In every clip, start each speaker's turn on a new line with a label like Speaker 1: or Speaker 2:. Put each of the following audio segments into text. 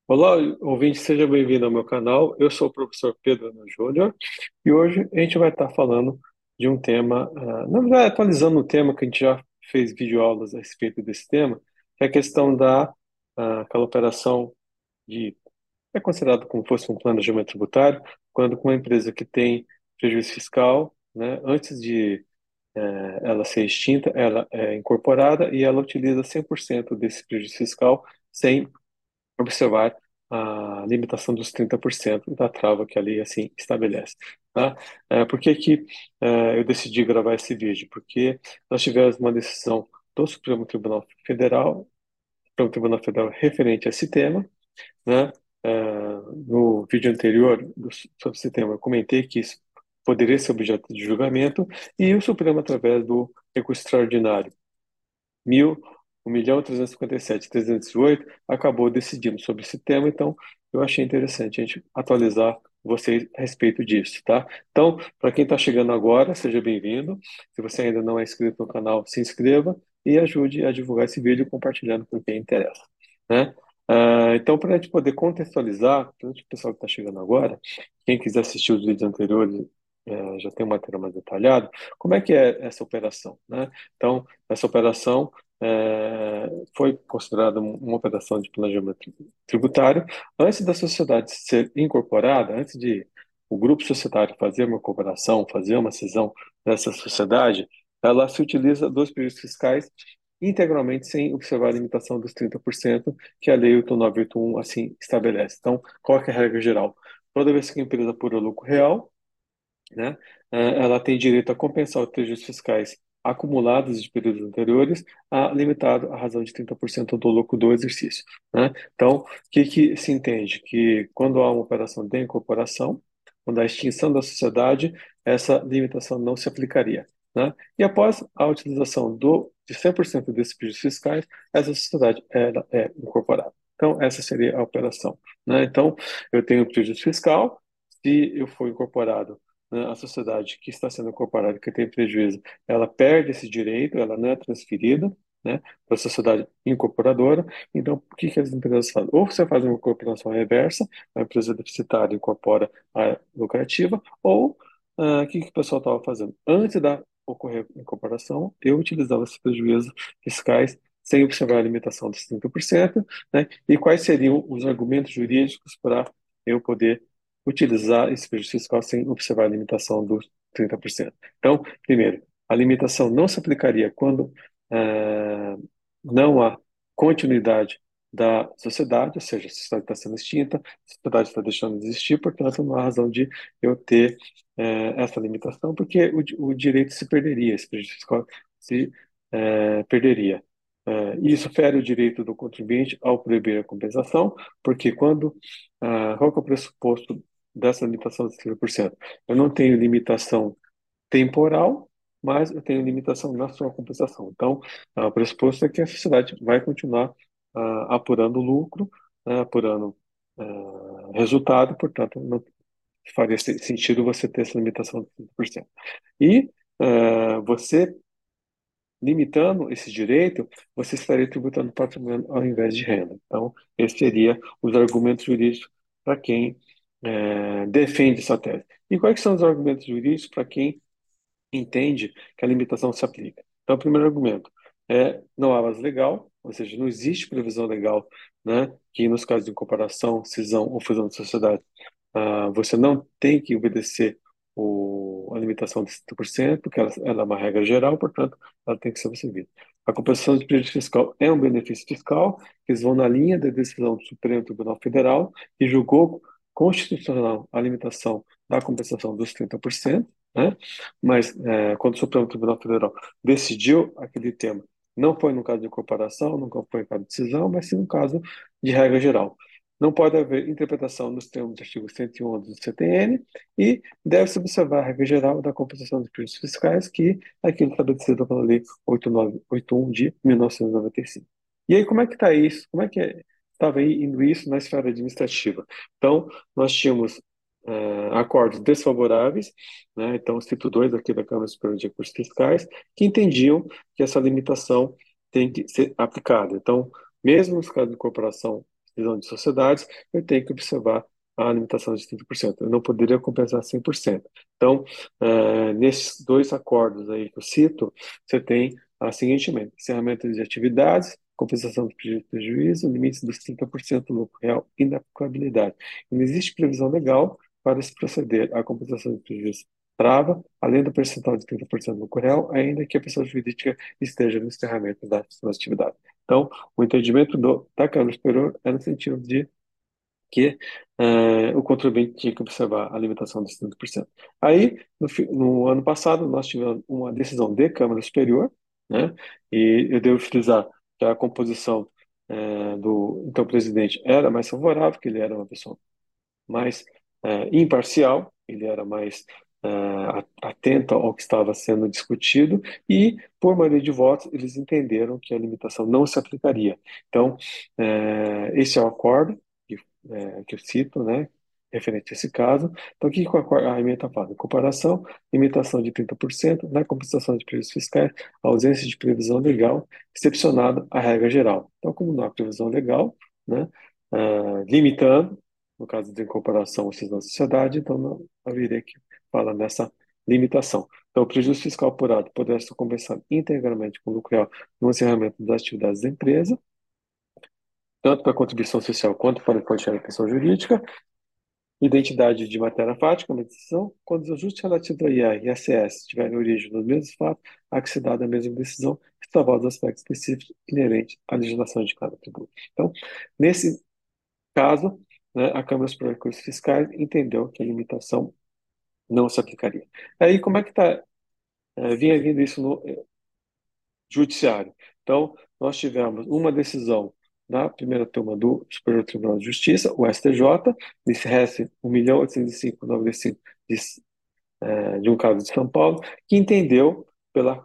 Speaker 1: Olá, ouvinte, seja bem-vindo ao meu canal. Eu sou o professor Pedro Ana Júnior e hoje a gente vai estar falando de um tema, na verdade, atualizando um tema que a gente já fez videoaulas a respeito desse tema, que é a questão aquela operação de, é considerado como fosse um planejamento tributário, quando com uma empresa que tem prejuízo fiscal, né, antes de ela ser extinta, ela é incorporada e ela utiliza 100% desse prejuízo fiscal sem observar a limitação dos 30% da trava que a lei assim estabelece, tá? Por que que eu decidi gravar esse vídeo? Porque nós tivemos uma decisão do Supremo Tribunal Federal referente a esse tema, né? No vídeo anterior sobre esse tema, eu comentei que isso poderia ser objeto de julgamento e o Supremo, através do recurso extraordinário mil, 1.357.308 acabou decidindo sobre esse tema, então eu achei interessante a gente atualizar vocês a respeito disso, tá? Então, para quem está chegando agora, seja bem-vindo. Se você ainda não é inscrito no canal, se inscreva e ajude a divulgar esse vídeo compartilhando com quem interessa, né? Então, para a gente poder contextualizar, para o pessoal que está chegando agora, quem quiser assistir os vídeos anteriores, já tem um material mais detalhado, como é que é essa operação, né? Então, essa operação foi considerada uma operação de planejamento tributário antes da sociedade ser incorporada, antes de o grupo societário fazer uma incorporação, fazer uma cisão dessa sociedade, ela se utiliza dos prejuízos fiscais integralmente sem observar a limitação dos 30% que a Lei 8981 assim estabelece. Então, qual é a regra geral? Toda vez que a empresa apura lucro real, né? Ela tem direito a compensar os prejuízos fiscais acumulados de períodos anteriores, limitado à razão de 30% do lucro do exercício, né? Então, o que que se entende? Que quando há uma operação de incorporação, quando há extinção da sociedade, essa limitação não se aplicaria, né? E após a utilização de 100% desses prejuízos fiscais, essa sociedade ela é incorporada. Então, essa seria a operação, né? Então, eu tenho prejuízo fiscal, se eu for incorporado, né, a sociedade que está sendo incorporada, que tem prejuízo, ela perde esse direito, ela não é transferida, né, para a sociedade incorporadora. Então, o que que as empresas fazem? Ou você faz uma incorporação reversa, a empresa deficitária incorpora a lucrativa, ou o que que o pessoal estava fazendo? Antes da ocorrer a incorporação, eu utilizava esses prejuízos fiscais sem observar a limitação dos 30%, né? E quais seriam os argumentos jurídicos para eu poder utilizar esse prejuízo fiscal sem observar a limitação dos 30%. Então, primeiro, a limitação não se aplicaria quando não há continuidade da sociedade, ou seja, a sociedade está sendo extinta, a sociedade está deixando de existir, portanto, não há razão de eu ter essa limitação, porque o direito se perderia, esse prejuízo fiscal se perderia. Isso fere o direito do contribuinte ao proibir a compensação, porque qual que é o pressuposto dessa limitação de 30%? Eu não tenho limitação temporal, mas eu tenho limitação na sua compensação. Então, o pressuposto é que a sociedade vai continuar apurando lucro, apurando resultado, portanto, não faria sentido você ter essa limitação de 30%. E você limitando esse direito, você estaria tributando patrimônio ao invés de renda. Então, esses seriam os argumentos jurídicos para quem defende essa tese. E quais são os argumentos jurídicos para quem entende que a limitação se aplica? Então, o primeiro argumento é não há base legal, ou seja, não existe previsão legal, né, que nos casos de incorporação, cisão ou fusão de sociedade, você não tem que obedecer a limitação de 30%, porque ela é uma regra geral, portanto, ela tem que ser observada. A compensação de prejuízo fiscal é um benefício fiscal, que eles vão na linha da decisão do Supremo Tribunal Federal, que julgou constitucional a limitação da compensação dos 30%, né? Mas quando o Supremo Tribunal Federal decidiu aquele tema, não foi no caso de incorporação, não foi no caso de decisão, mas sim no caso de regra geral. Não pode haver interpretação nos termos do artigo 111 do CTN e deve-se observar a regra geral da compensação dos prejuízos fiscais, que é aquilo estabelecido pela Lei 8981 de 1995. E aí, como é que está isso? Como é que estava indo isso na esfera administrativa? Então, nós tínhamos acordos desfavoráveis, né? Então, os título 2 aqui da Câmara Superior de Recursos Fiscais, que entendiam que essa limitação tem que ser aplicada. Então, mesmo nos casos de incorporação divisão de sociedades, eu tenho que observar a limitação de 30%. Eu não poderia compensar 100%. Então, nesses dois acordos aí que eu cito, você tem a seguinte emenda: encerramento de atividades, compensação do prejuízo, limites dos 30% do lucro real e inaplicabilidade. E não existe previsão legal para se proceder à compensação do prejuízo. Trava, além do percentual de 30% do lucro real, ainda que a pessoa jurídica esteja no encerramento da sua atividade. Então, o entendimento da Câmara Superior é no sentido de que o contribuinte tinha que observar a limitação dos 30%. Aí, no ano passado, nós tivemos uma decisão de Câmara Superior, né? E eu devo frisar que a composição do então presidente era mais favorável, que ele era uma pessoa mais imparcial, ele era mais atento ao que estava sendo discutido e, por maioria de votos, eles entenderam que a limitação não se aplicaria. Então, esse é o acordo que eu cito, né, referente a esse caso. Então, o que a emenda está falando? Comparação, limitação de 30% na compensação de prejuízos fiscais, ausência de previsão legal, excepcionado a regra geral. Então, como não há previsão legal, né, limitando, no caso de incorporação ou cisão da sociedade, então não haveria que falar nessa limitação. Então, o prejuízo fiscal apurado poderá ser compensado integralmente com o lucro real no encerramento das atividades da empresa, tanto para a contribuição social quanto para a quantia da pessoa jurídica, identidade de matéria fática, uma decisão, quando os ajustes relativos ao IR e ICS tiverem origem nos mesmos fatos, há que se dar a mesma decisão, ressalvados os aspectos específicos inerentes à legislação de cada tributo. Então, nesse caso, né, a Câmara Superior de Recursos Fiscais entendeu que a limitação não se aplicaria. Aí, como é que está vinha vindo isso no judiciário? Então, nós tivemos uma decisão na primeira turma do Superior Tribunal de Justiça, o STJ, nesse RES 1.805.95 de, de um caso de São Paulo, que entendeu pela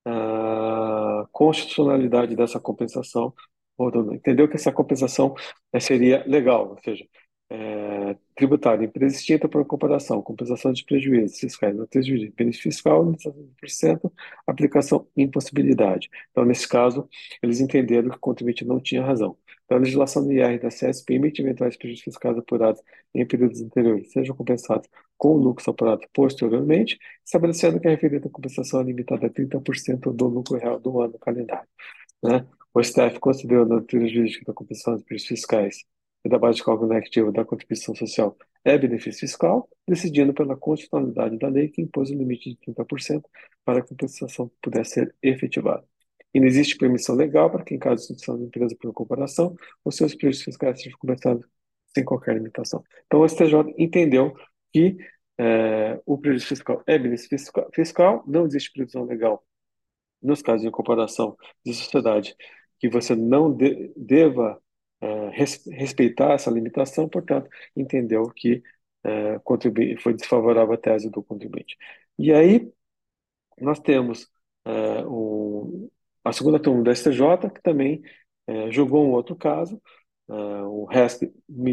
Speaker 1: constitucionalidade dessa compensação, ou entendeu que essa compensação seria legal, ou seja, tributária, empresa extinta por comparação, compensação de prejuízos fiscais, não ter juízo, benefício fiscal, 100%, aplicação impossibilidade. Então, nesse caso, eles entenderam que o contribuinte não tinha razão. Então, a legislação do IR da CS permite eventuais prejuízos fiscais apurados em períodos anteriores sejam compensados com lucros apurados posteriormente, estabelecendo que a referida compensação é limitada a 30% do lucro real do ano calendário, né? O STF considerou a natureza jurídica da compensação de prejuízos fiscais e da base de cálculo negativa da contribuição social é benefício fiscal, decidindo pela constitucionalidade da lei que impôs o limite de 30% para que a compensação pudesse ser efetivada. E não existe permissão legal para que, em caso de instituição de empresa por comparação, os seus prejuízos fiscais sejam compensados sem qualquer limitação. Então, o STJ entendeu que o prejuízo fiscal é benefício fiscal, não existe previsão legal nos casos de comparação de sociedade, que você não deva respeitar essa limitação, portanto, entendeu que foi desfavorável a tese do contribuinte. E aí, nós temos a segunda turma do STJ, que também julgou um outro caso, o RESP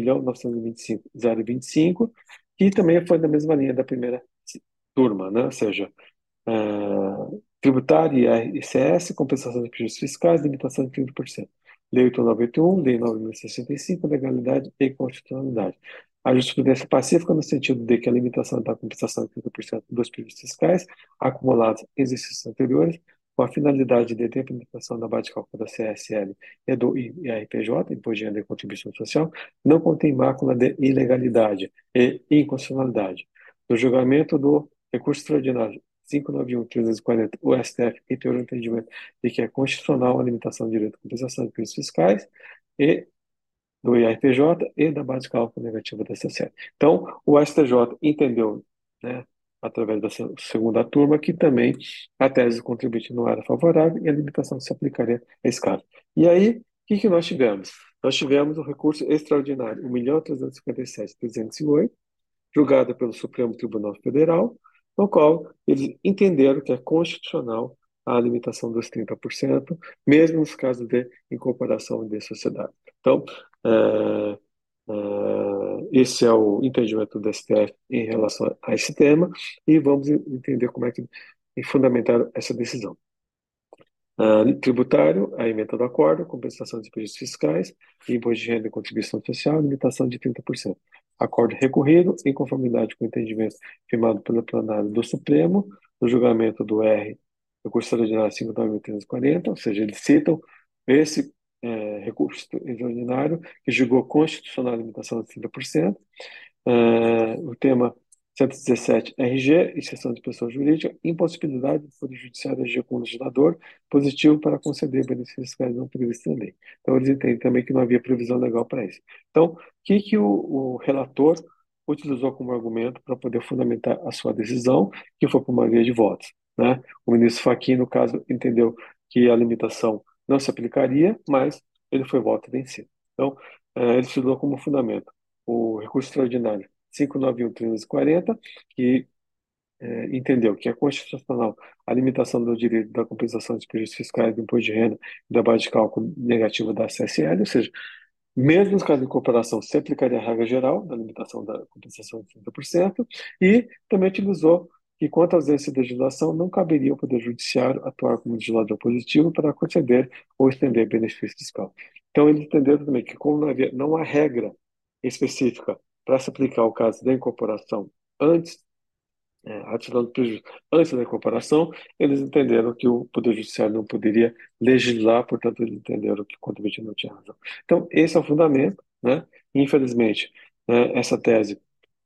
Speaker 1: 1.925.025, que também foi da mesma linha da primeira turma, né? Ou seja, tributária, IR, ICS, compensação de prejuízos fiscais, limitação de 30%. Lei 8.981, Lei 9.065, legalidade e constitucionalidade. A jurisprudência pacífica no sentido de que a limitação da compensação de 30% dos prejuízos fiscais acumulados em exercícios anteriores, com a finalidade de implementação da base de cálculo da CSL e do IRPJ, Imposto de Renda e Contribuição Social, não contém mácula de ilegalidade e inconstitucionalidade. No julgamento do recurso extraordinário 591.340, o STF reiterou o entendimento de que é constitucional a limitação do direito à compensação de prejuízos fiscais e do IRPJ e da base de cálculo negativa da CCE. Então, o STJ entendeu, né, através da segunda turma, que também a tese do contribuinte não era favorável e a limitação se aplicaria a esse caso. E aí, o que nós tivemos? Nós tivemos o recurso extraordinário, 1.357.308, julgada pelo Supremo Tribunal Federal, no qual eles entenderam que é constitucional a limitação dos 30%, mesmo nos casos de incorporação de sociedade. Então, é, esse é o entendimento do STF em relação a esse tema, e vamos entender como é que fundamentaram essa decisão. Tributário, a emenda do acordo, compensação de despesas fiscais, imposto de renda e contribuição social, limitação de 30%. Acordo recorrido, em conformidade com o entendimento firmado pelo plenário do Supremo, no julgamento do recurso extraordinário 5.940, ou seja, eles citam esse recurso extraordinário que julgou constitucional a limitação de 30%. O tema 117, RG, exceção de pessoa jurídica, impossibilidade do Poder Judiciário agir como legislador, positivo para conceder benefícios fiscais não previstos na lei. Então, eles entendem também que não havia previsão legal para isso. Então, o que o relator utilizou como argumento para poder fundamentar a sua decisão, que foi por maioria de votos, né? O ministro Fachin, no caso, entendeu que a limitação não se aplicaria, mas ele foi voto vencido. Então, ele utilizou como fundamento o recurso extraordinário 591.340, que entendeu que é constitucional a limitação do direito da compensação de prejuízos fiscais do imposto de renda e da base de cálculo negativa da CSL, ou seja, mesmo nos casos de cooperação, se aplicaria a regra geral da limitação da compensação de 30%, e também utilizou que, quanto à ausência de legislação, não caberia ao Poder Judiciário atuar como legislador positivo para conceder ou estender benefício fiscal. Então, eles entenderam também que, como não há regra específica para se aplicar o caso da incorporação antes, a atividade do prejuízo antes da incorporação, eles entenderam que o Poder Judiciário não poderia legislar, portanto, eles entenderam que o contribuinte não tinha razão. Então, esse é o fundamento, né? Infelizmente, essa tese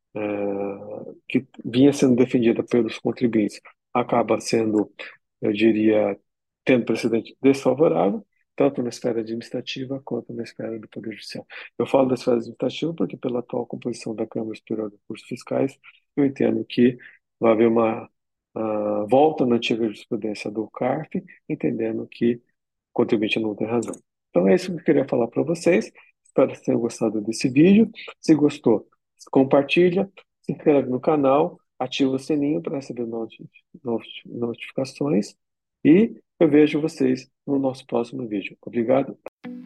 Speaker 1: que vinha sendo defendida pelos contribuintes acaba sendo, eu diria, tendo precedente desfavorável, tanto na esfera administrativa quanto na esfera do Poder Judiciário. Eu falo da esfera administrativa porque, pela atual composição da Câmara Superior de Recursos Fiscais, eu entendo que vai haver uma volta na antiga jurisprudência do CARF, entendendo que o contribuinte não tem razão. Então, é isso que eu queria falar para vocês. Espero que tenham gostado desse vídeo. Se gostou, compartilha, se inscreve no canal, ativa o sininho para receber notificações e eu vejo vocês no nosso próximo vídeo. Obrigado.